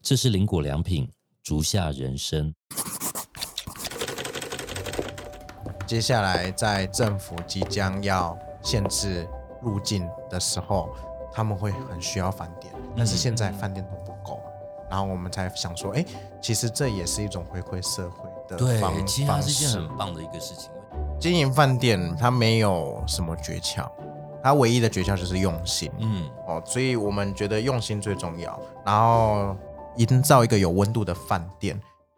这是林果良品竹下人参。 接下来在政府即将要限制入境的时候，他们会很需要饭店，但是现在饭店都不够，然后我们才想说，其实这也是一种回馈社会的方式。 对，其实它是一件很棒的一个事情。 经营饭店它没有什么诀窍，它唯一的诀窍就是用心。所以我们觉得用心最重要，然后营造一个有温度的饭店。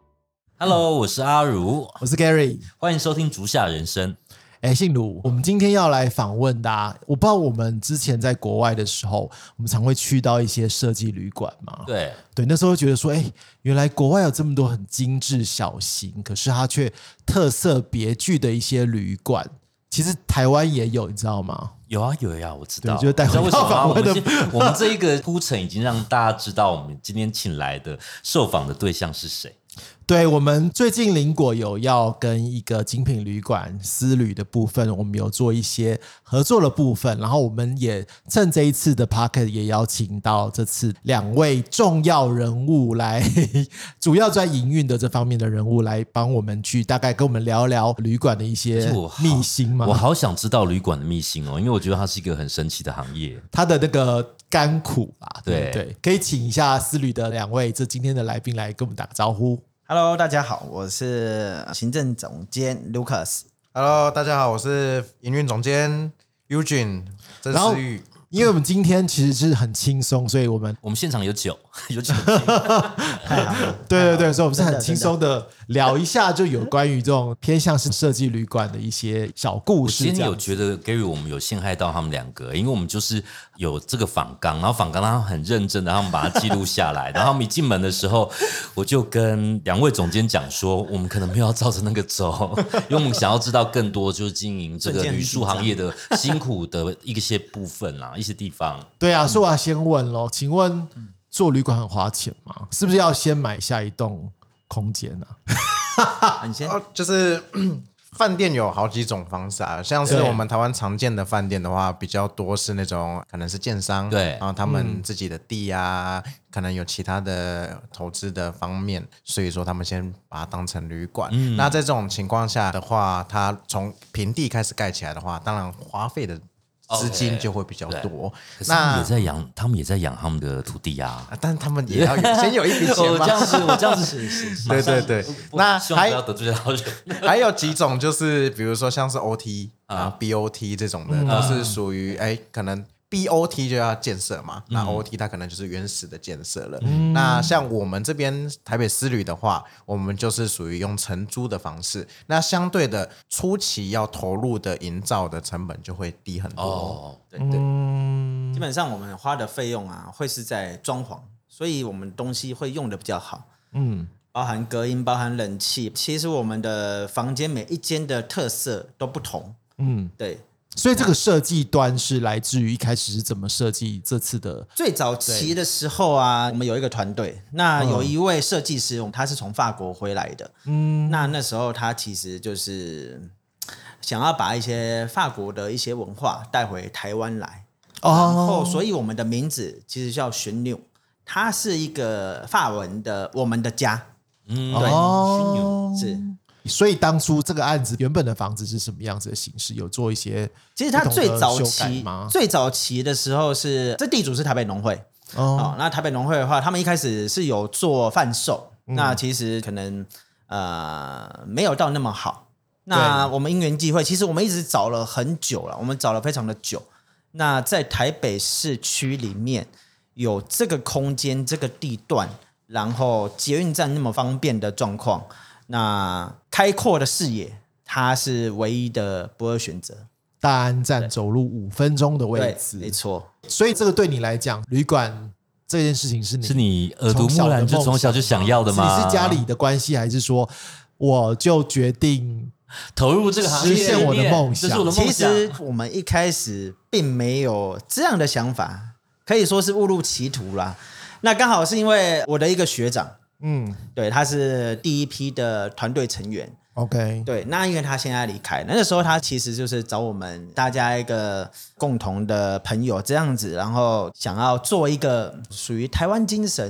Hello， 我是阿如， 我是 Gary， 欢迎收听竹下人参。 姓卢，我们今天要来访问的我不知道我们之前在国外的时候，我们常会去到一些设计旅馆嘛。 对， 那时候觉得说，原来国外有这么多很精致小型，可是它却特色别具的一些旅馆。其实台湾也有，你知道吗？ 有啊，我知道。 就是带回到访问的。 我们这一个铺陈已经让大家知道，我们今天请来的受访的对象是谁。 对，我们最近林果有要跟一个精品旅馆私旅的部分，我们有做一些合作的部分，然后我们也趁这一次的 Podcast 也邀请到这次2位重要人物来，主要在营运的这方面的人物来帮我们去大概跟我们聊聊旅馆的一些秘辛嘛。 我好想知道旅馆的秘辛哦，因为我觉得它是一个很神奇的行业， 它的那个甘苦啊， 对， 可以请一下私旅的2位这今天的来宾来跟我们打个招呼。 Hello， 大家好，我是行政总监 Lucas。 Hello， 大家好，我是营运总监 Eugene 曾思玉。 因为我们今天其实是很轻松，所以我们现场有酒，有酒精。 太好了， 对，所以我们是很轻松的聊一下，就有关于这种偏向是设计旅馆的一些小故事。 我今天有觉得 Gary 我们有陷害到他们2个，因为我们就是有这个访纲，然后访纲他们很认真的，然后我们把它记录下来，然后他们一进门的时候，我就跟2位总监讲说，我们可能没有要照着那个走，因为我们想要知道更多就是经营这个旅宿行业的辛苦的一些部分啦，一些地方。 对啊，所以我要先问咯，请问做旅馆很花钱吗？是不是要先买下一栋空间啊？ 你先就是饭店有好几种方式啊，像是我们台湾常见的饭店的话，比较多是那种可能是建商， 对， 然后他们自己的地啊，可能有其他的投资的方面，所以说他们先把它当成旅馆。那在这种情况下的话，它从平地开始盖起来的话，当然花费的资金就会比较多。 可是他们也在养他们的土地啊， 但他们也要先有一笔钱嘛。 我这样子是对。那希望不要得罪到人。 还有几种就是，比如说像是 OT 啊、BOT 这种的，都是属于可能 BOT 就要建设嘛，那 OT 它可能就是原始的建设了。那像我们这边台北私旅的话，我们就是属于用承租的方式，那相对的初期要投入的营造的成本就会低很多。 对，基本上我们花的费用啊，会是在装潢，所以我们东西会用的比较好。包含隔音，包含冷气。其实我们的房间每一间的特色都不同。对。 所以这个设计端是来自于一开始是怎么设计这次的？ 最早期的时候啊，我们有一个团队，那有一位设计师，他是从法国回来的。那时候他其实就是想要把一些法国的一些文化带回台湾来。然后，所以我们的名字其实叫旋钮，它是一个法文的我们的家。对，是。 所以当初这个案子原本的房子是什么样子的形式？有做一些其实它最早期的时候是，这地主是台北农会。那台北农会的话，他们一开始是有做贩售，那其实可能没有到那么好。那我们因缘际会，其实我们一直找了很久了，我们找了非常的久。那在台北市区里面有这个空间、这个地段，然后捷运站那么方便的状况。那开阔的视野，它是唯一的不二选择。 大安站走路5分钟的位置， 没错。 所以这个对你来讲，旅馆这件事情是你耳濡目染，就从小就想要的吗？ 你是家里的关系，还是说我就决定投入这个行业， 实现我的梦想？ 其实我们一开始并没有这样的想法，可以说是误入歧途啦。那刚好是因为我的一个学长。对，他是第一批的团队成员。 OK， 对，那因为他现在离开，那时候他其实就是找我们大家一个共同的朋友这样子，然后想要做一个属于台湾精神，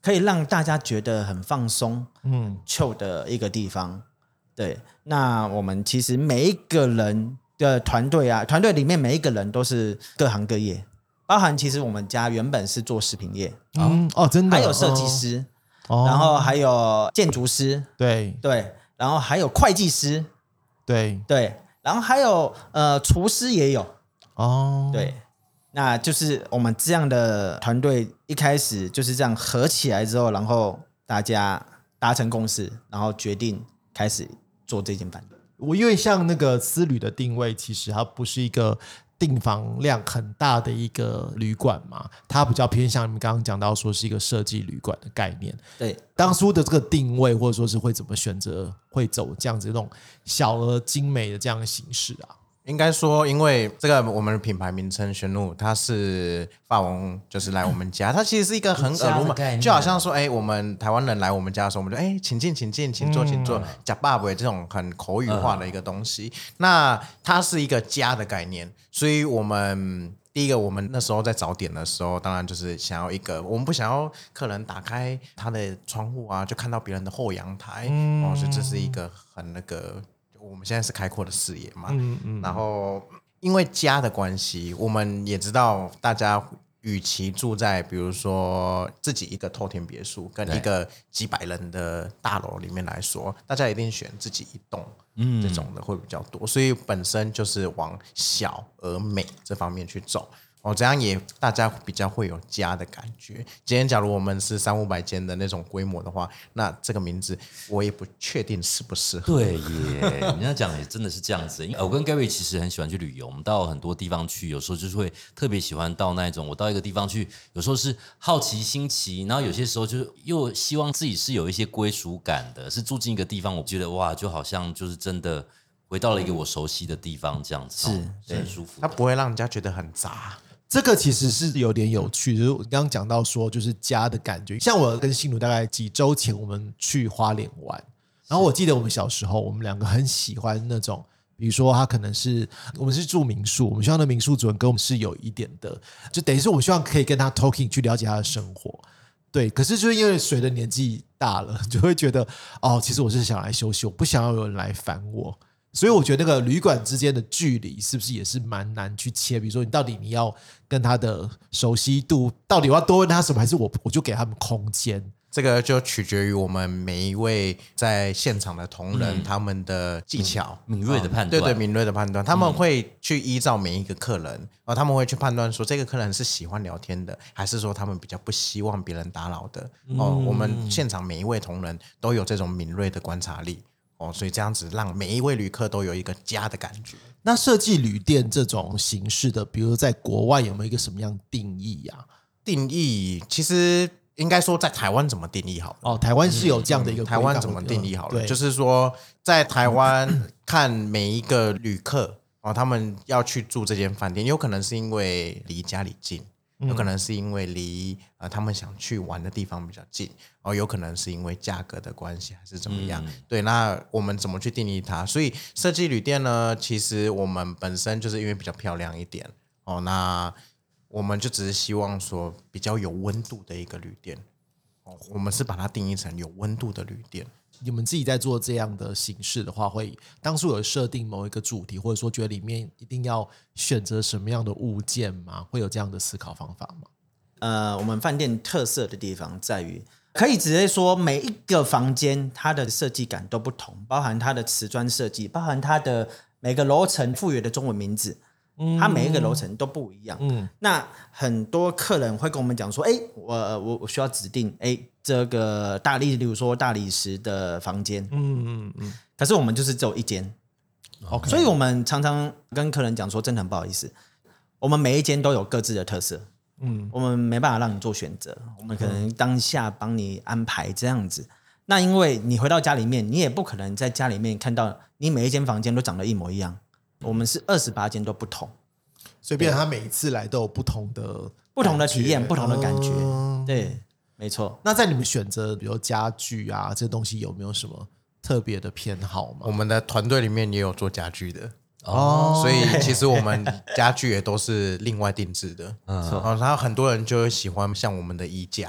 可以让大家觉得很放松chill 的一个地方。对，那我们其实每一个人的团队啊，团队里面每一个人都是各行各业，包含其实我们家原本是做食品业， 真的， 还有设计师，然后还有建筑师， 对， 然后还有会计师， 对， 然后还有厨师也有，对，那就是我们这样的团队一开始就是这样合起来之后，然后大家达成共识，然后决定开始做这间饭店。 因为像那个私旅的定位，其实它不是一个订房量很大的一个旅馆嘛，它比较偏向你们刚刚讲到说是一个设计旅馆的概念。 对， 当初的这个定位或者说是会怎么选择，会走这样子那种小而精美的这样的形式啊？ 应该说，因为这个我们的品牌名称玄怒，它是法文，就是来我们家，它其实是一个很耳濡目染，就好像说，我们台湾人来我们家的时候，我们就请进，请进，请坐，请坐，假爸爸这种很口语化的一个东西。那它是一个家的概念，所以我们第一个，我们那时候在找点的时候，当然就是想要一个，我们不想要客人打开他的窗户啊，就看到别人的后阳台，所以这是一个很那个。我们现在是开阔的视野嘛，然后因为家的关系，我们也知道大家与其住在比如说自己一个透天别墅跟一个几百人的大楼里面来说，大家一定选自己一栋这种的会比较多，所以本身就是往小而美这方面去走。这样也大家比较会有家的感觉。今天假如我们是300-500间的那种规模的话，那这个名字我也不确定适不适合。 对耶，人家讲也真的是这样子。我跟 Gary 其实很喜欢去旅游，我们到很多地方去，有时候就是会特别喜欢到那种，我到一个地方去，有时候是好奇新奇，然后有些时候就是又希望自己是有一些归属感的，是住进一个地方，我觉得哇，就好像就是真的回到了一个我熟悉的地方，这样子是很舒服。 它不会让人家觉得很杂。 这个其实是有点有趣，就是我刚刚讲到说，就是家的感觉。像我跟心如大概几周前，我们去花莲玩，然后我记得我们小时候，我们两个很喜欢那种，比如说他可能是我们是住民宿，我们希望的民宿主人跟我们是有一点的，就等于是我们希望可以跟他 talking 去了解他的生活。对，可是就是因为随着年纪大了，就会觉得其实我是想来休息，我不想要有人来烦我。所以我觉得那个旅馆之间的距离是不是也是蛮难去切？比如说你到底你要跟他的熟悉度，到底我要多问他什么，还是我就给他们空间？ 这个就取决于我们每一位在现场的同仁他们的技巧、 敏锐的判断。 对，敏锐的判断，他们会去依照每一个客人，他们会去判断说这个客人是喜欢聊天的，还是说他们比较不希望别人打扰的。我们现场每一位同仁都有这种敏锐的观察力。所以这样子让每一位旅客都有一个家的感觉。 那设计旅店这种形式的，比如在国外有没有一个什么样定义啊？ 定义其实应该说在台湾怎么定义好了？ 台湾是有这样的一个台湾怎么定义好了？就是说在台湾看每一个旅客他们要去住这间饭店，有可能是因为离家里近。有可能是因为离他们想去玩的地方比较近，有可能是因为价格的关系还是怎么样。对，那我们怎么去定义它？所以设计旅店呢，其实我们本身就是因为比较漂亮一点那我们就只是希望说比较有温度的一个旅店我们是把它定义成有温度的旅店。 你们自己在做这样的形式的话，会当初有设定某一个主题，或者说觉得里面一定要选择什么样的物件吗？会有这样的思考方法吗？我们饭店特色的地方在于，可以直接说每一个房间它的设计感都不同，包含它的瓷砖设计，包含它的每个楼层赋予的中文名字。它每一个楼层都不一样。那很多客人会跟我们讲说，我需要指定这个例如说大理石的房间，可是我们就是只有一间，所以我们常常跟客人讲说，真的很不好意思，我们每一间都有各自的特色，我们没办法让你做选择，我们可能当下帮你安排这样子。那因为你回到家里面，你也不可能在家里面看到你每一间房间都长得一模一样。我们是28间都不同， 所以变成他每一次来都有不同的体验、不同的感觉。对，没错。 那在你们选择比如家具啊这东西有没有什么特别的偏好吗？ 我们的团队里面也有做家具的所以其实我们家具也都是另外定制的。然后很多人就会喜欢像我们的衣架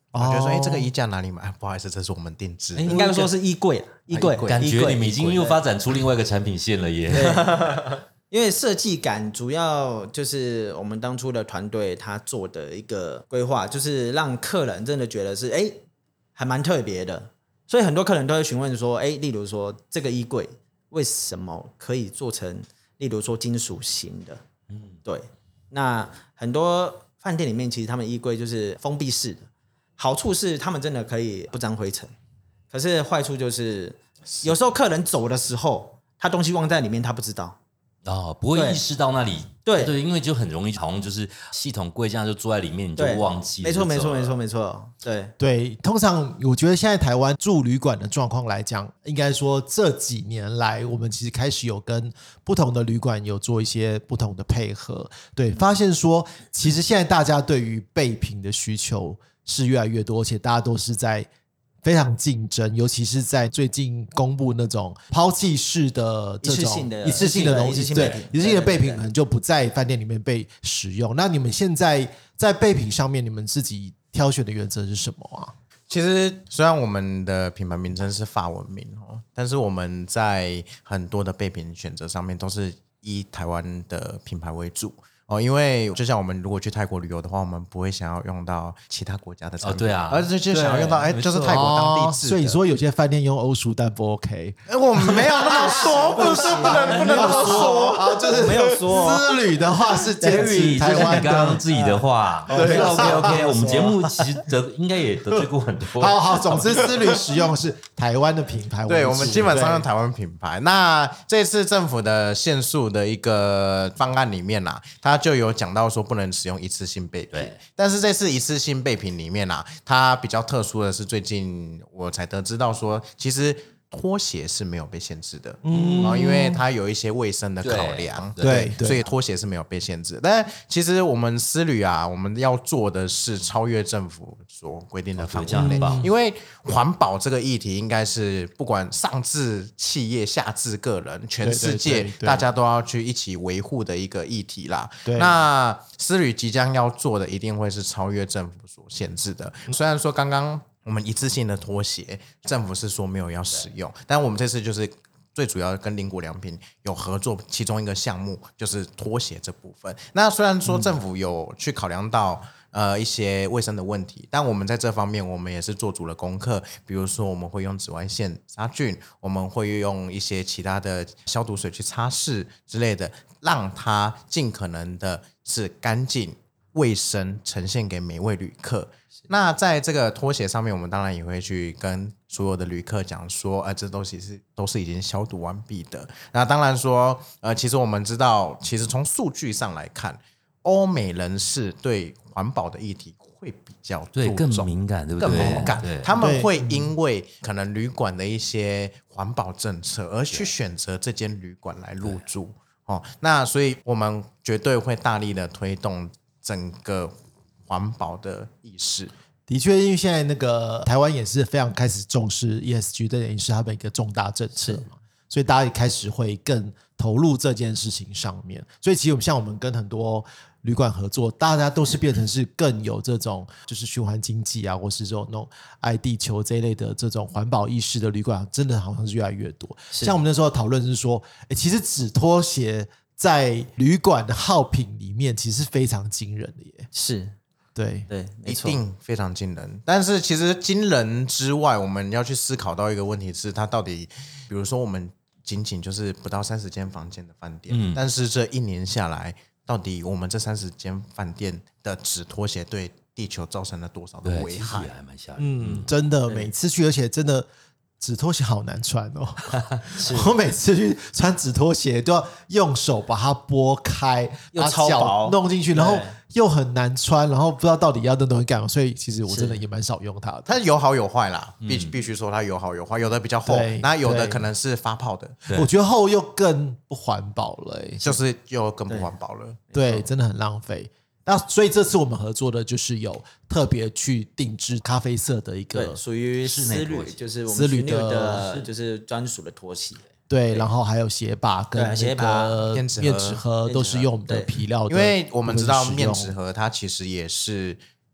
我觉得说，这个衣架哪里买？不好意思，这是我们定制的， 应该说是衣柜， 感觉你们已经又发展出另外一个产品线了耶。 因为设计感主要就是我们当初的团队他做的一个规划，就是让客人真的觉得是还蛮特别的，所以很多客人都会询问说，例如说这个衣柜为什么可以做成，例如说金属型的，对，那很多饭店里面其实他们衣柜就是封闭式的，好处是他们真的可以不沾灰尘，可是坏处就是有时候客人走的时候，他东西忘在里面，他不知道。 不会意识到那里， 对， 因为就很容易，好像就是系统柜这样就坐在里面，你就忘记了。 没错， 对。通常我觉得现在台湾住旅馆的状况来讲，应该说这几年来，我们其实开始有跟不同的旅馆有做一些不同的配合，对，发现说其实现在大家对于备品的需求是越来越多，而且大家都是在非常竞争，尤其是在最近公布那种抛弃式的这种一次性的东西，对，一次性的备品可能就不在饭店里面被使用。那你们现在在备品上面，你们自己挑选的原则是什么啊？ 其实虽然我们的品牌名称是法文名，但是我们在很多的备品选择上面都是以台湾的品牌为主。因为就像我们如果去泰国旅游的话，我们不会想要用到其他国家的产品， 对啊， 而是就想要用到就是泰国当地制的。 所以说有些饭店用欧舒丹不 OK？ 我们没有那么说，不能那么说， 就是没有说。 私旅的话是坚持台湾刚刚自己的话，对 OK， 我们节目其实应该也得罪过很多。 好，总之私旅使用是台湾的品牌为主， 对，我们基本上用台湾品牌。那这次政府的限塑的一个方案里面它就有讲到说不能使用一次性备品，但是这次一次性备品里面它比较特殊的是，最近我才得知到说，其实拖鞋是没有被限制的，因为它有一些卫生的考量，对，所以拖鞋是没有被限制。但其实我们私旅我们要做的是超越政府所规定的范围内，因为环保这个议题应该是不管上至企业下至个人，全世界大家都要去一起维护的一个议题啦。那私旅即将要做的一定会是超越政府所限制的。虽然说刚刚我们一次性的拖鞋，政府是说没有要使用，但我们这次就是最主要跟林谷良品有合作，其中一个项目就是拖鞋这部分。那虽然说政府有去考量到一些卫生的问题，但我们在这方面我们也是做足了功课，比如说我们会用紫外线杀菌，我们会用一些其他的消毒水去擦拭之类的，让它尽可能的是干净卫生，呈现给每位旅客。那在这个拖鞋上面，我们当然也会去跟所有的旅客讲说，这东西都是已经消毒完毕的。那当然说，其实我们知道，其实从数据上来看，欧美人士对环保的议题会比较注重， 更敏感，对不对？ 更敏感，他们会因为可能旅馆的一些环保政策而去选择这间旅馆来入住。那所以我们绝对会大力的推动整个环保的意识。 的确，因为现在那个台湾也是非常开始重视 ESG， 这也是他们一个重大政策嘛，所以大家也开始会更投入这件事情上面。所以其实像我们跟很多旅馆合作，大家都是变成是更有这种就是循环经济或是这种那种爱地球这一类的这种环保意识的旅馆，真的好像是越来越多。像我们那时候讨论是说，其实纸拖鞋在旅馆的耗品里面其实是非常惊人的耶。 是。 对， 一定非常惊人。但是其实惊人之外，我们要去思考到一个问题是，它到底，比如说我们仅就是不到30间房间的饭店，但是这1年下来，到底我们这30间饭店的纸拖鞋对地球造成了多少的危害？ 还蛮吓人。 真的每次去，而且真的纸拖鞋好难穿哦。我每次去穿纸拖鞋都要用手把它拨开， 又超薄弄进去，然后又很难穿，然后不知道到底要那东西干嘛，所以其实我真的也蛮少用它的。 它有好有坏啦，必须说它有好有坏，有的比较厚，那有的可能是发泡的。 我觉得厚又更不环保了， 就是又更不环保了。 对，真的很浪费。那所以这次我们合作的就是有特别去定制咖啡色的一个属于私旅，就是我们私旅的就是专属的拖鞋。 对，然后还有鞋把跟那个面纸盒都是用我们的皮料的， 因为我们知道面纸盒它其实也是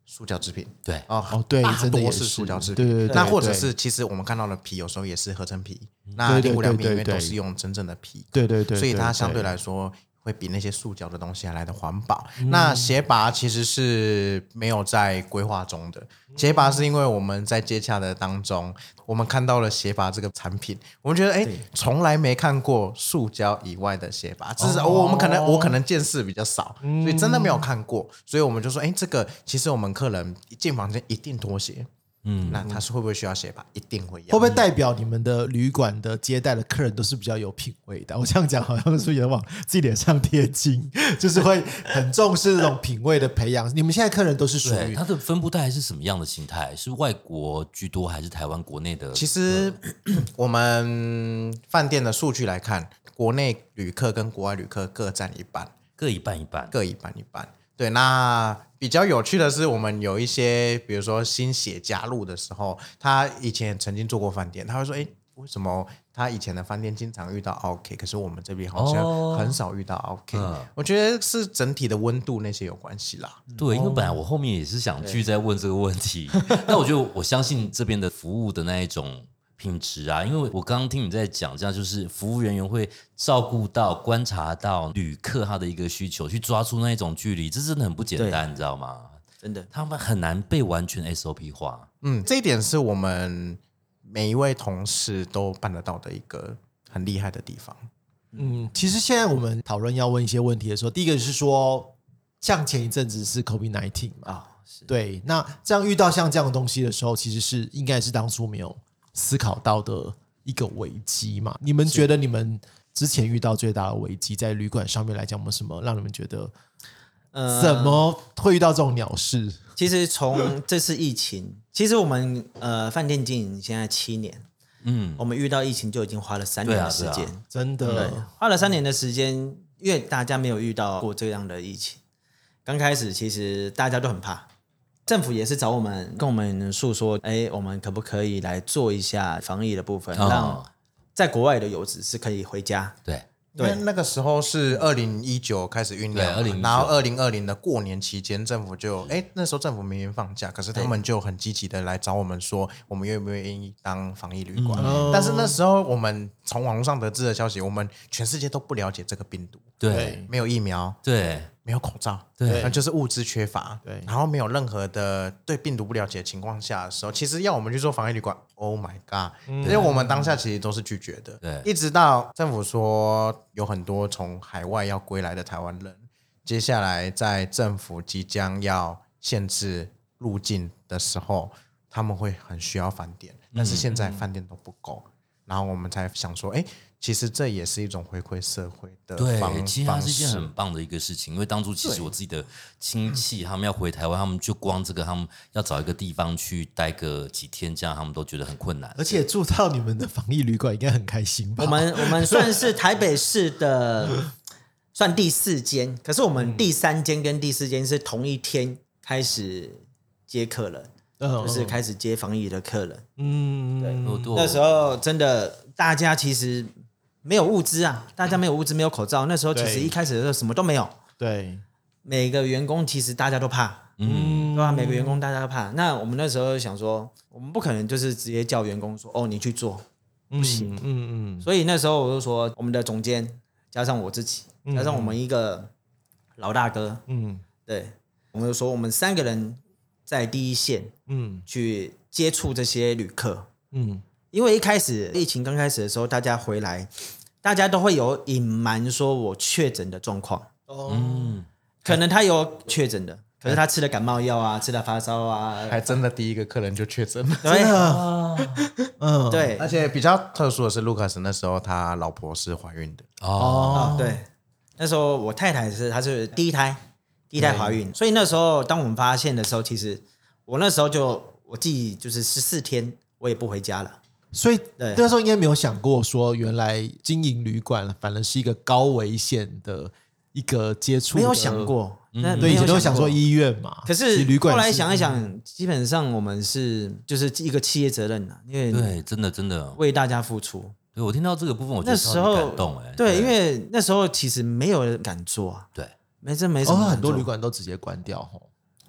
塑胶制品。 对对， 大真的也多是塑胶制品。 对， 那或者是其实我们看到的皮有时候也是合成皮，那灵骨疗品因为都是用真正的皮， 对， 所以它相对来说会比那些塑胶的东西还来的环保。那鞋拔其实是没有在规划中的，鞋拔是因为我们在接洽的当中，我们看到了鞋拔这个产品，我们觉得从来没看过塑胶以外的鞋拔，至少我可能见识比较少，所以真的没有看过，所以我们就说，这个其实我们客人一进房间一定脱鞋。那他是会不会需要鞋拔？一定会要。 会不会代表你们的旅馆的接待的客人都是比较有品味的？我这样讲好像是有点往自己脸上贴金，就是会很重视这种品味的培养。你们现在客人都是属于他的分布大概是什么样的形态？是外国居多还是台湾国内的？ 其实我们饭店的数据来看，国内旅客跟国外旅客各占一半， 各一半一半， 各一半一半。对，那比较有趣的是，我们有一些，比如说新血加入的时候，他以前曾经做过饭店，他会说：“为什么他以前的饭店经常遇到 OK， 可是我们这边好像很少遇到 OK？” 我觉得是整体的温度那些有关系啦。 对，因为本来我后面也是想继续再问这个问题，但我觉得我相信这边的服务的那一种品质啊，因为我刚刚听你在讲，这样就是服务人员会照顾到、观察到旅客他的一个需求，去抓出那一种距离，这真的很不简单，你知道吗？ 真的， 他们很难被完全 SOP 化。 这一点是我们每一位同事都办得到的一个很厉害的地方。 其实现在我们讨论要问一些问题的时候，第一个是说，像前一阵子是 COVID-19 嘛，对，那这样遇到像这样的东西的时候，其实是应该是当初没有思考到的一个危机嘛？你们觉得你们之前遇到最大的危机，在旅馆上面来讲，有没有什么让你们觉得，怎么会遇到这种鸟事？ 其实从这次疫情，其实我们饭店经营现在7年，我们遇到疫情就已经花了3年的时间， 真的花了3年的时间，因为大家没有遇到过这样的疫情，刚开始其实大家都很怕。政府也是找我们，跟我们诉说，我们可不可以来做一下防疫的部分，让在国外的游子是可以回家。 对， 因为那个时候是2019开始酝酿，然后2020的过年期间，政府就那时候政府没人放假，可是他们就很积极的来找我们说，我们愿不愿意当防疫旅馆？但是那时候我们从网络上得知的消息，我们全世界都不了解这个病毒， 对， 没有疫苗， 对。 没有口罩， 对， 那就是物资缺乏， 对， 然后没有任何的对病毒不了解的情况下的时候，其实要我们去做防疫旅馆 ，Oh my god！因为我们当下其实都是拒绝的， 对， 一直到政府说有很多从海外要归来的台湾人，接下来在政府即将要限制入境的时候，他们会很需要饭店，但是现在饭店都不够，然后我们才想说，其实这也是一种回馈社会的方式。 对，其实它是一件很棒的一个事情，因为当初其实我自己的亲戚他们要回台湾，他们就光这个，他们要找一个地方去待个几天，这样他们都觉得很困难。 而且住到你们的防疫旅馆应该很开心吧？ 我们算是台北市的算第4间，可是我们第3间跟第4间是同一天开始接客人。就是开始接防疫的客人，对，那时候真的大家其实没有物资啊，大家没有物资，没有口罩，那时候其实一开始的时候什么都没有， 对， 每个员工其实大家都怕，对吧？每个员工大家都怕，那我们那时候想说，我们不可能就是直接叫员工说，你去做，不行，所以那时候我就说，我们的总监加上我自己，加上我们一个老大哥，对，我们就说我们3个人。在第一线，去接触这些旅客，因为一开始疫情刚开始的时候，大家回来，大家都会有隐瞒说我确诊的状况，可能他有确诊的，可是他吃了感冒药啊，吃了发烧啊， 还真的第一个客人就确诊了， 对，对， 而且比较特殊的是，Lucas 那时候他老婆是怀孕的， 对，那时候我太太她是第一胎怀孕，所以那时候当我们发现的时候，其实我那时候我自己就是14天我也不回家了， 所以那时候应该没有想过说原来经营旅馆反而是一个高危险的一个接触， 没有想过， 对，以前都想说医院嘛， 可是后来想一想，基本上我们就是一个企业责任啊，因为对，真的为大家付出。 对，我听到这个部分，我觉得超级感动对，因为那时候其实没有人敢做啊， 对。 没什么， 很多旅馆都直接关掉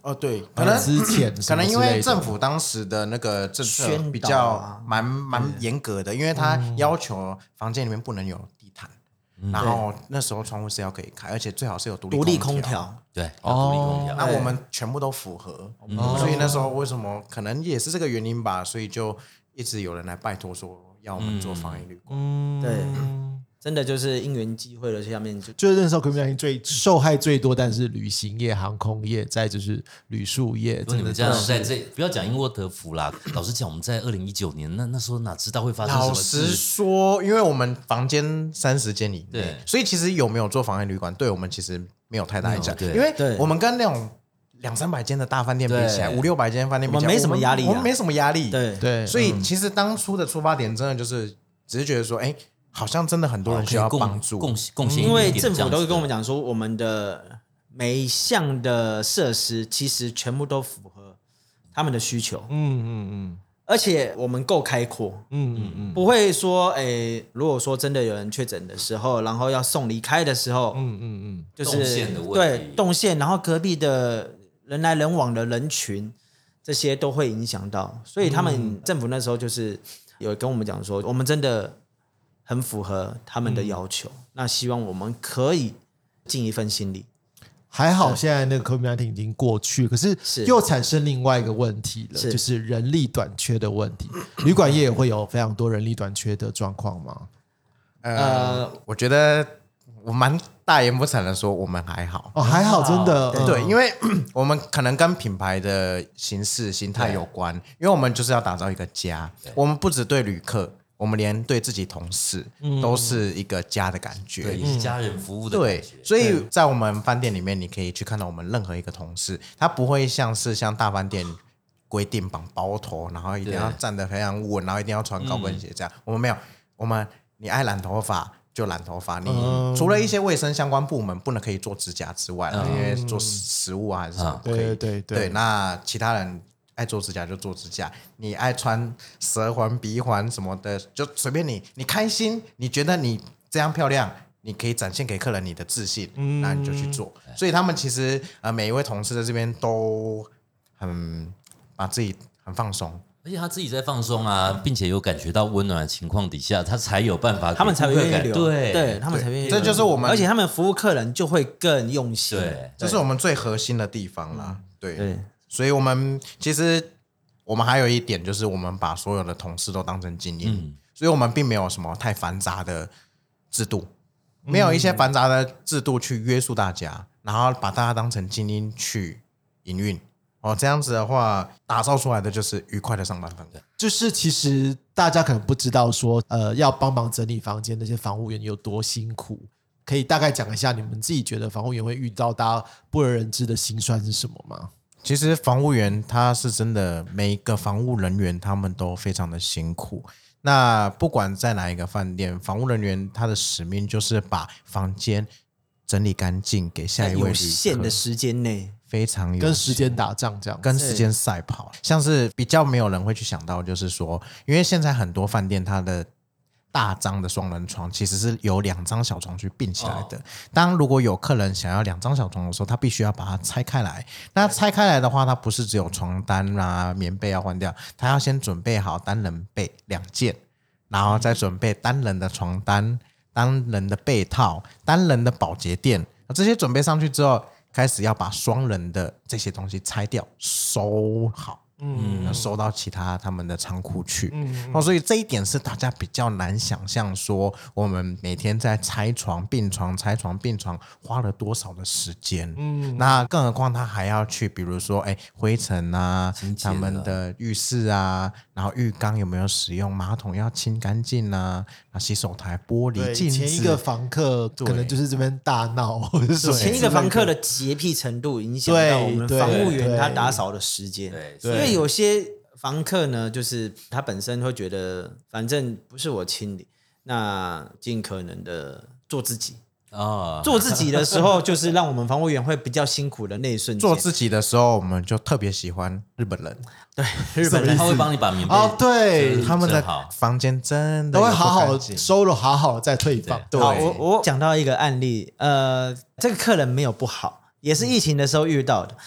对，可能之前可能因为政府当时的那个政策比较蛮严格的，因为他要求房间里面不能有地毯，然后那时候窗户是要可以开，而且最好是有独立空调。 对，独立空调。 那我们全部都符合，所以那时候为什么可能也是这个原因吧，所以就一直有人来拜托说要我们做防疫旅馆。 对。真的就是因缘际会了，下面就是那时候 COVID-19 最受害最多，但是旅行业、航空业，再就是旅宿业。 你们这样在不要讲因祸得福啦。老实讲，我们在2019年那时候哪知道会发生什么事？ 老实说，因为我们房间30间以内，所以其实有没有做防疫旅馆，对我们其实没有太大影响。因为我们跟那种200-300间的大饭店比起来，500-600间饭店比起来， 我们没什么压力， 我们没什么压力。 对， 所以其实当初的出发点真的就是只是觉得说，好像真的很多人需要帮助， 贡献， 因为政府都会跟我们讲说，我们的每一项的设施其实全部都符合他们的需求，而且我们够开阔，不会说，如果说真的有人确诊的时候，然后要送离开的时候，就是动线的问题， 对动线，然后隔壁的人来人往的人群，这些都会影响到，所以他们政府那时候就是有跟我们讲说，我们真的很符合他们的要求，那希望我们可以尽一份心力。 还好现在那个 COVID-19 已经过去，可是又产生另外一个问题了，就是人力短缺的问题。旅馆业也会有非常多人力短缺的状况吗？ 我觉得我蛮大言不惭的说，我们还好。 还好，真的。 对，因为我们可能跟品牌的形态有关，因为我们就是要打造一个家，我们不只对旅客。我们连对自己同事都是一个家的感觉， 对，也是家人服务的感觉。 对，所以在我们饭店里面，你可以去看到我们任何一个同事，他不会像大饭店规定绑包头，然后一定要站得非常稳，然后一定要穿高跟鞋这样。我们没有，你爱染头发就染头发，你除了一些卫生相关部门不能可以做指甲之外，因为做食物还是什么可以。对，那其他人爱做指甲就做指甲，你爱穿舌环、鼻环什么的，就随便你。你开心，你觉得你这样漂亮，你可以展现给客人你的自信，那你就去做。所以他们其实每一位同事在这边都很把自己很放松， 而且他自己在放松啊，并且有感觉到温暖的情况底下，他才有办法， 他们才会愿意留， 对， 他们才愿意留。 这就是我们， 而且他们服务客人就会更用心， 对， 这是我们最核心的地方啦。对。所以我们还有一点就是，我们把所有的同事都当成精英，所以我们并没有什么太繁杂的制度，没有一些繁杂的制度去约束大家，然后把大家当成精英去营运。这样子的话，打造出来的就是愉快的上班氛围。 就是其实大家可能不知道说，要帮忙整理房间那些房务员有多辛苦，可以大概讲一下你们自己觉得房务员会遇到大家不为人知的辛酸是什么吗？ 其实房务员他是真的，每一个房务人员他们都非常的辛苦。那不管在哪一个饭店，房务人员他的使命就是把房间整理干净，给下一位旅客。有限的时间内， 非常有跟时间打仗这样， 跟时间赛跑。像是比较没有人会去想到，就是说，因为现在很多饭店它的大张的双人床其实是由2张小床去并起来的。当如果有客人想要2张小床的时候，他必须要把它拆开来。那拆开来的话，它不是只有床单啊、棉被要换掉，他要先准备好单人被2件，然后再准备单人的床单、单人的被套、单人的保洁垫。这些准备上去之后，开始要把双人的这些东西拆掉、收好。收到他们的仓库去。所以这一点是大家比较难想象，说我们每天在拆床并床花了多少的时间。那更何况他还要去，比如说灰尘啊，他们的浴室啊，然后浴缸有没有使用，马桶要清干净啊，洗手台玻璃镜子。 前一个房客可能就是这边大闹， 前一个房客的洁癖程度影响到我们房务员他打扫的时间。因为有些房客呢，就是他本身会觉得，反正不是我清理，那尽可能的做自己。做自己的时候，就是让我们房务员会比较辛苦的那一瞬间。 做自己的时候，我们就特别喜欢日本人。 对，日本人他会帮你把棉被对， 他们的房间真的都会好好收了，好好再退放。 对， 我讲到一个案例，这个客人没有不好，也是疫情的时候遇到的。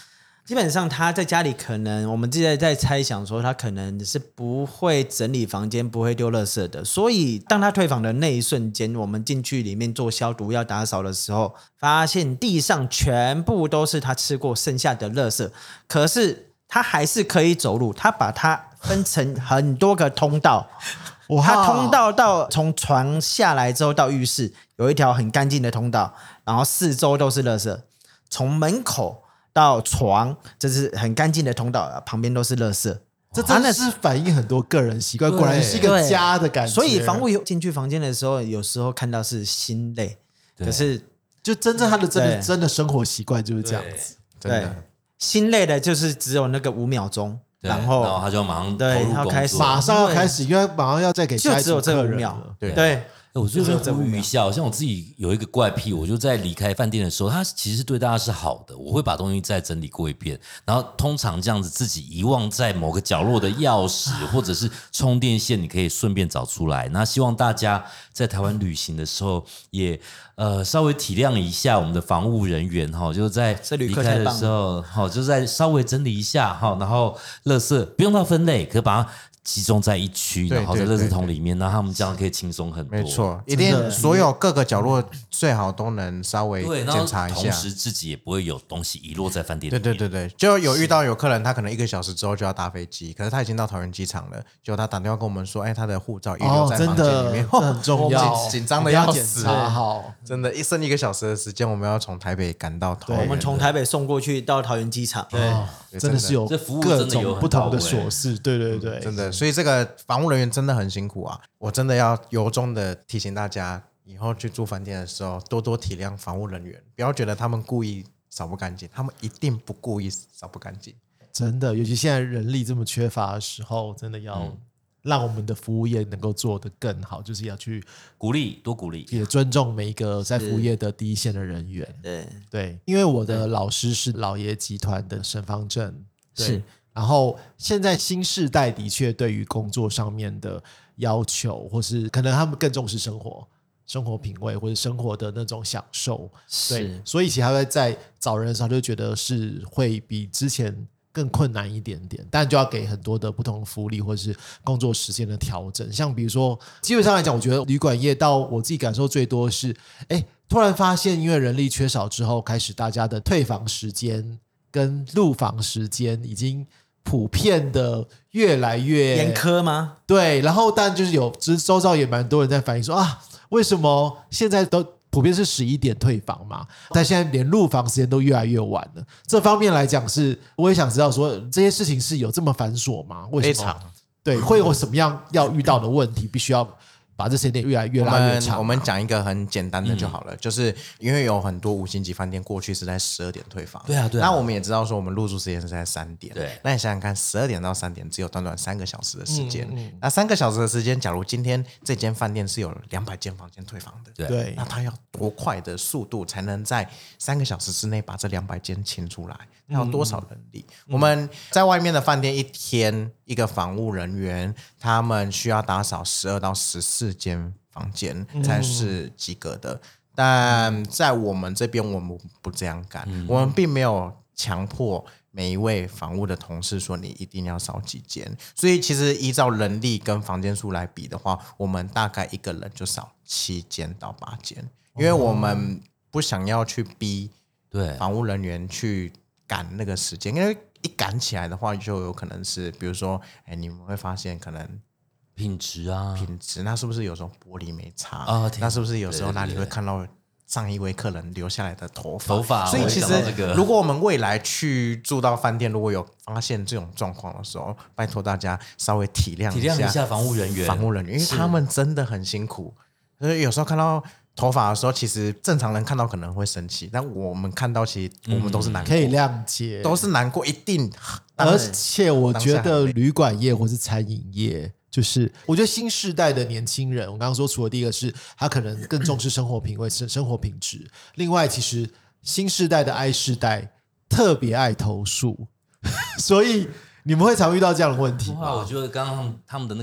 基本上他在家里可能我们自己在猜想说他可能是不会整理房间不会丢垃圾的，所以当他退房的那一瞬间，我们进去里面做消毒要打扫的时候，发现地上全部都是他吃过剩下的垃圾，可是他还是可以走路，他把它分成很多个通道，他通道到从床下来之后到浴室有一条很干净的通道，然后四周都是垃圾，从门口到床，这是很干净的通道，旁边都是垃圾。 这真的是反映很多个人习惯，果然是一个家的感觉。 所以房务进去房间的时候，有时候看到是心累，可是就真正他的真的生活习惯就是这样子。 对，心累的就是只有那个5秒钟，然后他就马上对，他开始马上要开始，因为马上要再给下一组客人了， 就只有这5秒，对。 我就在呼吁一下，像我自己有一个怪癖，我就在离开饭店的时候，它其实对大家是好的，我会把东西再整理过一遍，然后通常这样子自己遗忘在某个角落的钥匙或者是充电线，你可以顺便找出来。那希望大家在台湾旅行的时候也稍微体谅一下我们的防务人员哈，就是在离开的时候哈，就在稍微整理一下哈，然后垃圾不用到分类，可以把它集中在一区，然后在垃圾桶里面，那他们这样可以轻松很多。 没错，一定所有各个角落最好都能稍微检查一下， 同时自己也不会有东西遗落在饭店里面。 对，就有遇到有客人，他可能1个小时之后就要搭飞机，可是他已经到桃园机场了，结果他打电话跟我们说，他的护照遗留在房间里面， 这很重要， 紧张的要死， 好， 真的，剩1个小时的时间，我们要从台北赶到桃园， 我们从台北送过去到桃园机场， 对，真的是有各种不同的琐事，对， 真的，所以这个防务人员真的很辛苦啊！我真的要由衷的提醒大家，以后去住饭店的时候，多多体谅防务人员，不要觉得他们故意扫不干净，他们一定不故意扫不干净。 真的，尤其现在人力这么缺乏的时候，真的要让我们的服务业能够做得更好，就是要去鼓励，多鼓励， 也尊重每一个在服务业的第一线的人员。对，因为我的老师是老爷集团的沈方正，是。然后现在新世代的确对于工作上面的要求，或是可能他们更重视生活品味或者生活的那种享受，对，所以其实他在找人的时候就觉得是会比之前更困难一点点，但就要给很多的不同的福利或者是工作时间的调整。像比如说，基本上来讲，我觉得旅馆业到我自己感受最多的是，突然发现因为人力缺少之后，开始大家的退房时间跟入房时间已经普遍的越来越严苛吗？ 对，然后但就是周遭也蛮多人在反映说为什么现在都普遍是11点退房嘛，但现在连入房时间都越来越晚了。这方面来讲我也想知道说这些事情是有这么繁琐吗？为什么？对，会有什么样要遇到的问题，必须要把这时间越来越拉越长。 我们讲一个很简单的就好了，就是因为有很多5星级饭店过去是在12点退房， 对啊。 那我们也知道说我们入住时间是在3点， 对。 那你想想看，12点到3点只有短短3个小时的时间，那3个小时的时间，假如今天这间饭店是有200间房间退房的， 对， 那它要多快的速度才能在3个小时之内把这200间清出来？要多少人力？我们在外面的饭店一天一个房务人员，他们需要打扫12到14间房间才是及格的，但在我们这边我们不这样干，我们并没有强迫每一位房务的同事说你一定要扫几间，所以其实依照人力跟房间数来比的话，我们大概一个人就扫7间到8间，因为我们不想要去逼房务人员去赶那个时间，因为一赶起来的话，就有可能是比如说，你们会发现可能品质， 那是不是有时候玻璃没擦那是不是有时候哪里会看到上一位客人留下来的头发？所以其实如果我们未来去住到饭店，如果有发现这种状况的时候，拜托大家稍微体谅一下房务人员， 因为他们真的很辛苦。所以有时候看到头发的时候，其实正常人看到可能会生气，但我们看到其实我们都是难过， 可以谅解， 都是难过，一定。 而且我觉得旅馆业或是餐饮业，就是我觉得新世代的年轻人，我刚刚说除了第一个是他可能更重视生活品味、生活品质，另外其实新世代的 I 世代特别爱投诉，所以你们会常遇到这样的问题吗？ 我觉得刚刚他们的那个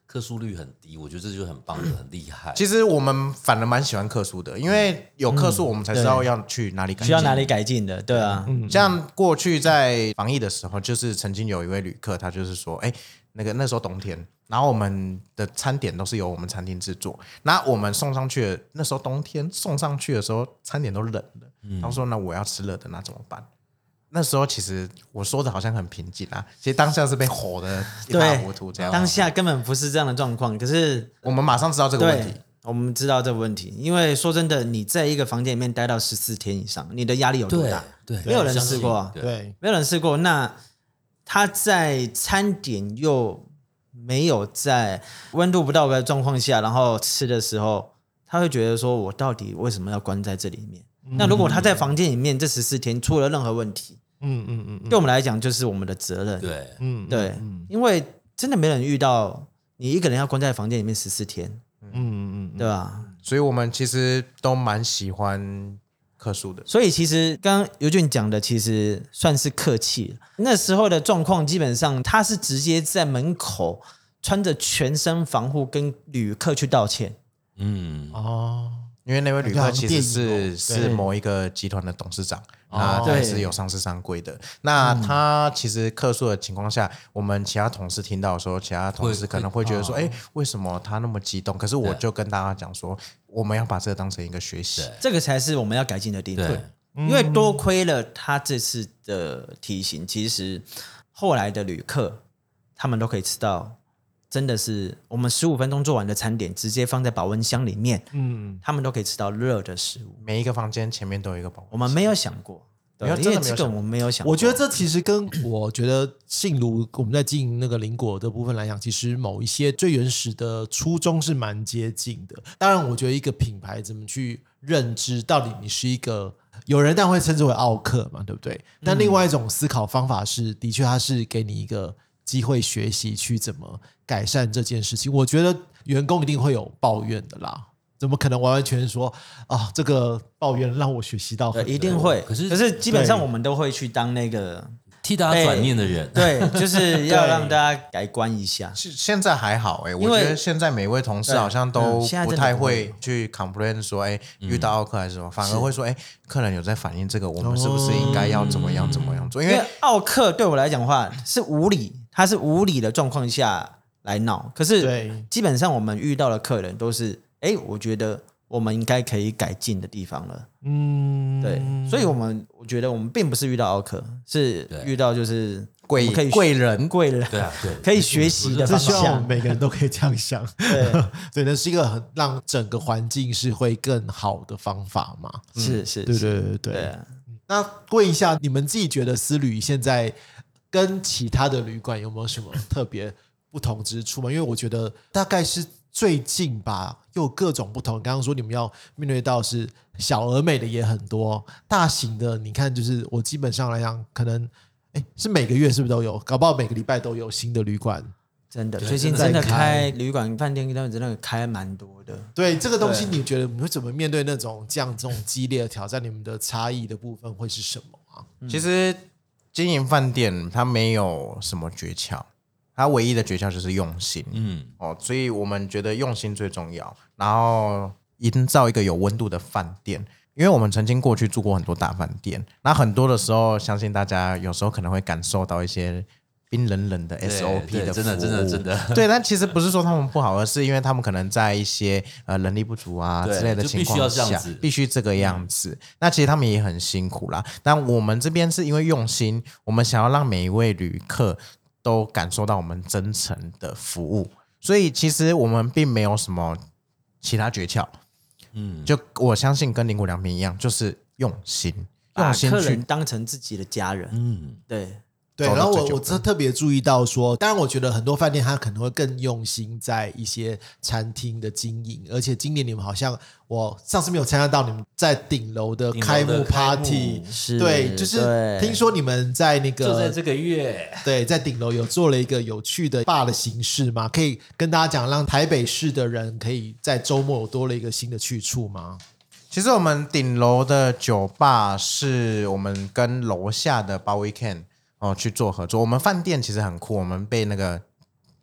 客诉率很低，我觉得这就很棒的，很厉害。 其实我们反而蛮喜欢客诉的，因为有客诉我们才知道要去哪里改进， 需要哪里改进的，对啊。 像过去在防疫的时候，就是曾经有一位旅客，他就是说，那时候冬天，然后我们的餐点都是由我们餐厅制作，那我们送上去的那时候冬天送上去的时候，餐点都冷了。他说：“那我要吃热的，那怎么办？”那时候其实我说的好像很平静啊，其实当下是被吼的一塌糊涂这样。 当下根本不是这样的状况，可是我们马上知道这个问题。 我们知道这个问题，因为说真的，你在一个房间里面待到14天以上，你的压力有多大？ 对， 没有人试过， 对， 没有人试过。那他在餐点又没有在温度不到的状况下，然后吃的时候，他会觉得说：“我到底为什么要关在这里面？”那如果他在房间里面这14天出了任何问题，对我们来讲就是我们的责任。对，因为真的没人遇到你一个人要关在房间里面14天，对吧？ 所以我们其实都蛮喜欢客诉的。 所以其实刚刚尤俊讲的，其实算是客气了。那时候的状况，基本上他是直接在门口穿着全身防护跟旅客去道歉。 因为那位旅客其实是某一个集团的董事长，他也是有上市上柜的。那他其实客诉的情况下，我们其他同事听到的时候，其他同事可能会觉得说：“为什么他那么激动？”可是我就跟大家讲说，我们要把这个当成一个学习， 这个才是我们要改进的地方。因为多亏了他这次的提醒，其实后来的旅客他们都可以吃到。真的是我们15分钟做完的餐点，直接放在保温箱里面，他们都可以吃到热的食物。 每一个房间前面都有一个保温箱， 我们没有想过，因为这个我们没有想过。 我觉得这其实跟我觉得信如我们在经营那个邻国的部分来讲，其实某一些最原始的初衷是蛮接近的。当然，我觉得一个品牌怎么去认知，到底你是一个有人但会称之为奥客嘛，对不对？但另外一种思考方法是，的确它是给你一个机会学习去怎么改善这件事情。我觉得员工一定会有抱怨的啦，怎么可能完完全说啊？这个抱怨让我学习到很多， 一定会。可是基本上我们都会去当那个替大家转念的人， 对，就是要让大家改观一下。 现在还好我觉得现在每位同事好像都不太会去 complain 说遇到奥客还是什么，反而会说客人有在反映这个，我们是不是应该要怎么样做？因为奥客对我来讲的话是无理，他是无理的状况下来闹，可是基本上我们遇到的客人都是我觉得我们应该可以改进的地方了。对，所以我觉得我们并不是遇到奥客，是遇到就是贵人， 对啊，对， 可以学习的方向。 希望我们每个人都可以这样想。对，那是一个很让整个环境是会更好的方法嘛。 是， 对。那问一下，你们自己觉得私旅现在跟其他的旅馆有没有什么特别不同之处吗？因为我觉得大概是最近吧，又有各种不同。刚刚说你们要面对到是小而美的也很多，大型的你看就是我基本上来讲，可能是每个月是不是都有？搞不好每个礼拜都有新的旅馆。 真的，最近真的开旅馆、饭店真的开蛮多的。 对这个东西，你觉得你会怎么面对这种激烈的挑战？你们的差异的部分会是什么啊？ 其实经营饭店它没有什么诀窍，它唯一的诀窍就是用心。所以我们觉得用心最重要，然后营造一个有温度的饭店。因为我们曾经过去住过很多大饭店，那很多的时候，相信大家有时候可能会感受到一些冰冷冷的 SOP 的服务， 真的， 对，但其实不是说他们不好，而是因为他们可能在一些人力不足啊之类的情况下，必须这个样子。那其实他们也很辛苦啦。但我们这边是因为用心，我们想要让每一位旅客都感受到我们真诚的服务，所以其实我们并没有什么其他诀窍。就我相信跟林谷良平一样，就是用心， 把客人当成自己的家人。 对，然后我特别注意到说，当然我觉得很多饭店它可能会更用心在一些餐厅的经营，而且今年你们好像我上次没有参加到你们在顶楼的开幕 party， 对，就是听说你们在那个就在这个月， 对，在顶楼有做了一个有趣的bar的形式吗？可以跟大家讲，让台北市的人可以在周末有多了一个新的去处吗？ 其实我们顶楼的酒吧是我们跟楼下的Bar Weekend去做合作。我们饭店其实很酷，我们被那个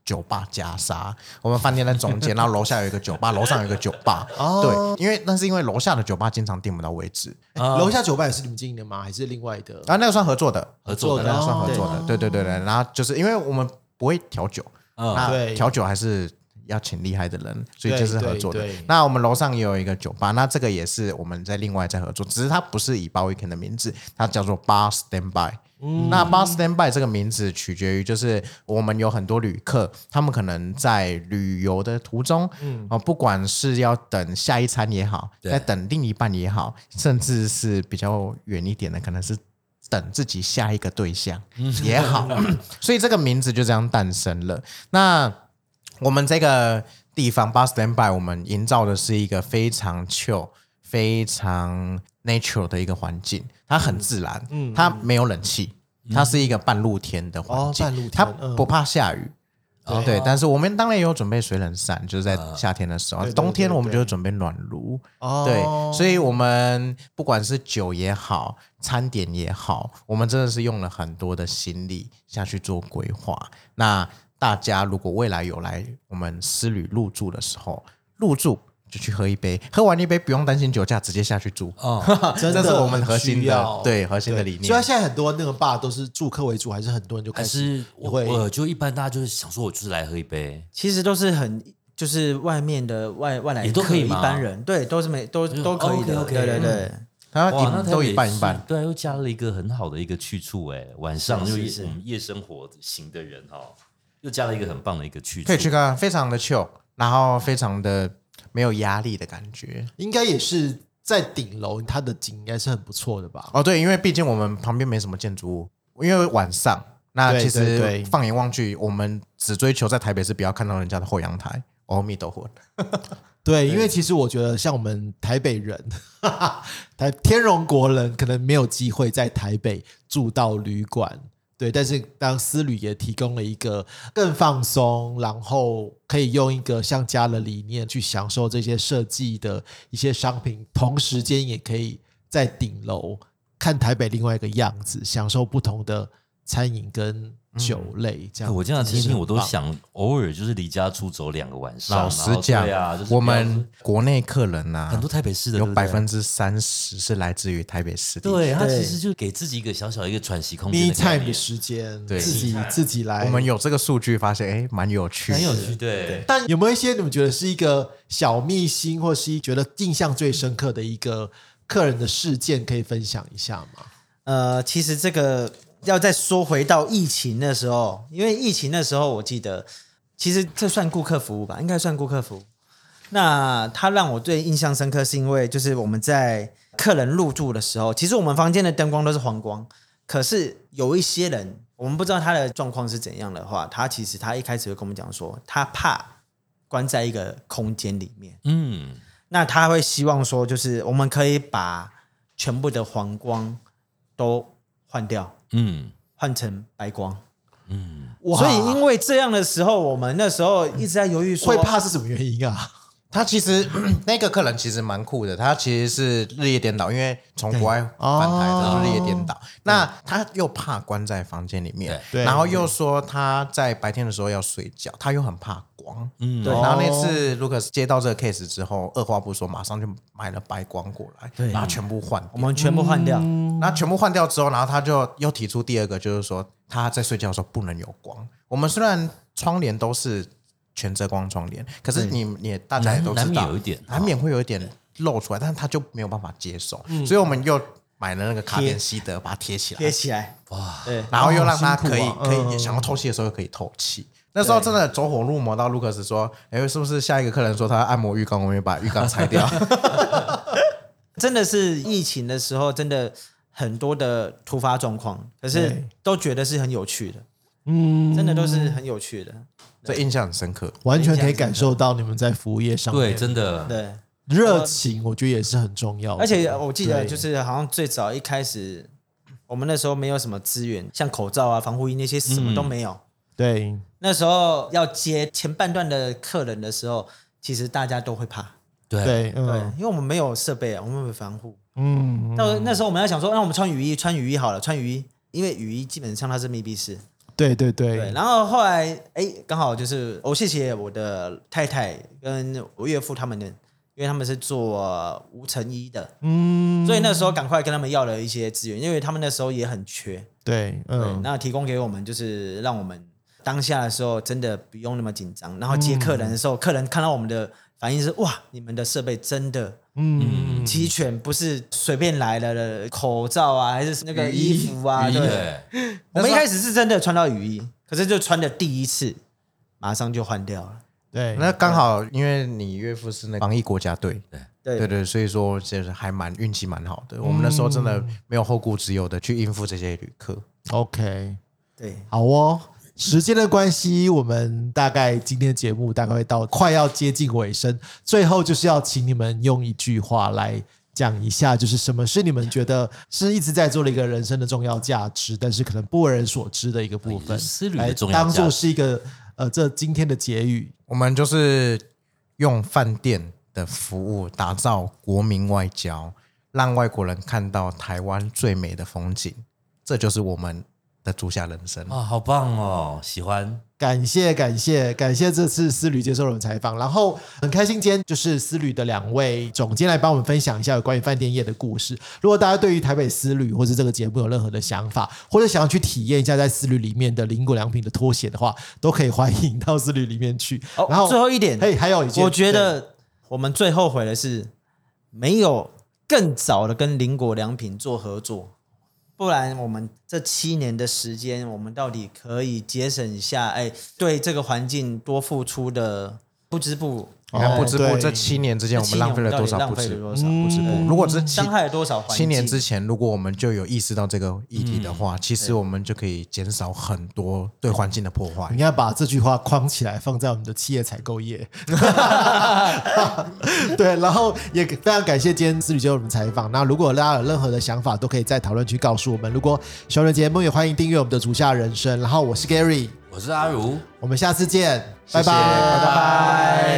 酒吧夹杀，我们饭店在中间，然后楼下有一个酒吧，楼上有一个酒吧。对，因为楼下的酒吧经常订不到位置。 楼下酒吧也是你们经营的吗？还是另外的？ 那个算合作的， 合作的那个算合作的。对。然后就是因为我们不会调酒，那调酒还是要请厉害的人，所以就是合作的。那我们楼上也有一个酒吧，那这个也是我们另外合作，只是它不是以 Bar Weekend 的名字，它叫做 Bar Standby。那 Bar Standby 这个名字取决于，就是我们有很多旅客，他们可能在旅游的途中，不管是要等下一餐也好，在等另一半也好，甚至是比较远一点的，可能是等自己下一个对象也好，所以这个名字就这样诞生了。那我们这个地方 Bar Standby， 我们营造的是一个非常 chill、非常 natural 的一个环境，它很自然，它没有冷气，它是一个半露天的环境，它不怕下雨。对，但是我们当然也有准备水冷伞，就是在夏天的时候，冬天我们就准备暖炉。对，所以我们不管是酒也好，餐点也好，我们真的是用了很多的心力下去做规划。那大家如果未来有来我们私旅入住的时候，入住就去喝一杯，喝完一杯不用担心酒驾，直接下去住。 真的， 这是我们核心的核心的理念。 所以现在很多那个bar都是住客为主，还是很多人就开始我就一般大家就是想说，我就是来喝一杯， 其实都是就是外面的外来也都可以吗？ 一般人对都可以的。对。 它都一半一半， 对，又加了一个很好的一个去处，晚上就我们夜生活型的人又加了一个很棒的一个去处， 可以去看，非常的 chill， 然后非常的没有压力的感觉， 应该也是在顶楼，它的景应该是很不错的吧？ 对，因为毕竟我们旁边没什么建筑物，因为晚上，那其实放眼望去，我们只追求在台北市不要看到人家的后阳台，阿弥陀佛。 对，因为其实我觉得像我们台北人，天龙国人可能没有机会在台北住到旅馆。对，但是当私旅也提供了一个更放松，然后可以用一个像家的理念去享受这些设计的一些商品，同时间也可以在顶楼看台北另外一个样子，享受不同的餐饮跟酒类。这样我这样听听，我都想偶尔就是离家出走2个晚上。 老实讲，我们国内客人很多台北市的有30%是来自于台北市的。 对，他其实就给自己一个小小的一个喘息空间 ，me time 的时间，自己来。 我们有这个数据发现，蛮有趣， 很有趣。对， 但有没有一些你们觉得是一个小秘辛，或是觉得印象最深刻的一个客人的事件，可以分享一下吗？ 其实这个要再说回到疫情的时候，因为疫情的时候，我记得其实这算顾客服务吧，应该算顾客服务。那他让我最印象深刻，是因为就是我们在客人入住的时候，其实我们房间的灯光都是黄光，可是有一些人，我们不知道他的状况是怎样的话，他一开始会跟我们讲说，他怕关在一个空间里面，那他会希望说，就是我们可以把全部的黄光都换掉，换成白光，所以因为这样的时候，我们那时候一直在犹豫说， 会怕是什么原因啊？ 他其实那个客人其实蛮酷的，他其实是日夜颠倒，因为从国外返台的日夜颠倒。那他又怕关在房间里面，然后又说他在白天的时候要睡觉，他又很怕光。对。然后那次 Lucas 接到这个 case 之后，二话不说，马上就买了白光过来，然后全部换掉。 我们全部换掉。 那全部换掉之后，然后他就又提出第二个，就是说他在睡觉的时候不能有光。我们虽然窗帘都是全遮光窗帘，可是你大家也都知道，难免会有一点露出来，但是他就没有办法接受，所以我们又买了那个卡点吸得把它贴起来，哇，对，然后又让他可以想要透气的时候又可以透气。那时候真的走火入魔到 Lucas 说，是不是下一个客人说他按摩浴缸，我们把浴缸拆掉？ 真的是疫情的时候，真的很多的突发状况，可是都觉得是很有趣的，真的都是很有趣的。 这印象很深刻， 完全可以感受到你们在服务业上面， 对，真的， 对， 热情，我觉得也是很重要的。 而且我记得，就是好像最早一开始，我们那时候没有什么资源，像口罩啊、防护衣那些什么都没有。 对， 那时候要接前半段的客人的时候，其实大家都会怕。 对， 因为我们没有设备啊，我们没有防护。那时候我们要想说，那我们穿雨衣好了，穿雨衣，因为雨衣基本上它是密闭式。 对对对， 对， 然后后来刚好就是我谢谢我的太太跟我岳父他们的，因为他们是做无尘衣的，所以那时候赶快跟他们要了一些资源，因为他们那时候也很缺， 对， 对，那提供给我们就是让我们当下的时候真的不用那么紧张，然后接客人的时候，客人看到我们的反应是哇，你们的设备真的齐全，不是随便来的口罩啊，还是那个衣服啊，对。我们一开始是真的穿到雨衣，可是就穿的第一次，马上就换掉了。 对， 那刚好因为你岳父是那防疫国家队， 对， 所以说就是还运气蛮好的。我们那时候真的没有后顾之忧的去应付这些旅客。 OK， 对， 好哦。时间的关系，我们大概今天的节目大概会到快要接近尾声，最后就是要请你们用一句话来讲一下，就是什么是你们觉得是一直在做的一个人生的重要价值，但是可能不为人所知的一个部分， 思旅的重要价值， 来当做是一个这今天的结语。 我们就是用饭店的服务打造国民外交，让外国人看到台湾最美的风景，这就是我们的足下人生啊，好棒哦，喜欢。 感谢这次思旅接受我们采访，然后很开心今天就是思旅的2位总监来帮我们分享一下有关于饭店业的故事。如果大家对于台北思旅或是这个节目有任何的想法，或者想要去体验一下在思旅里面的林果良品的拖鞋的话，都可以欢迎到思旅里面去。然后最后一点， 还有一件， 我觉得我们最后悔的是没有更早的跟林果良品做合作。不然我们这7年的时间，我们到底可以节省一下，对这个环境多付出的不织布。 你看不织布这7年之间，我们浪费了多少不织布？如果是伤害了多少环境？7 年之前，如果我们就有意识到这个议题的话，其实我们就可以减少很多对环境的破坏。 你应该把这句话框起来，放在我们的企业采购业。对，然后也非常感谢今天思旅接受我们采访。那如果大家有任何的想法，都可以在讨论区告诉我们。如果喜欢的节目，也欢迎订阅我们的足下人生。然后我是 Gary， 我是阿如， 我们下次见，拜拜， 拜拜。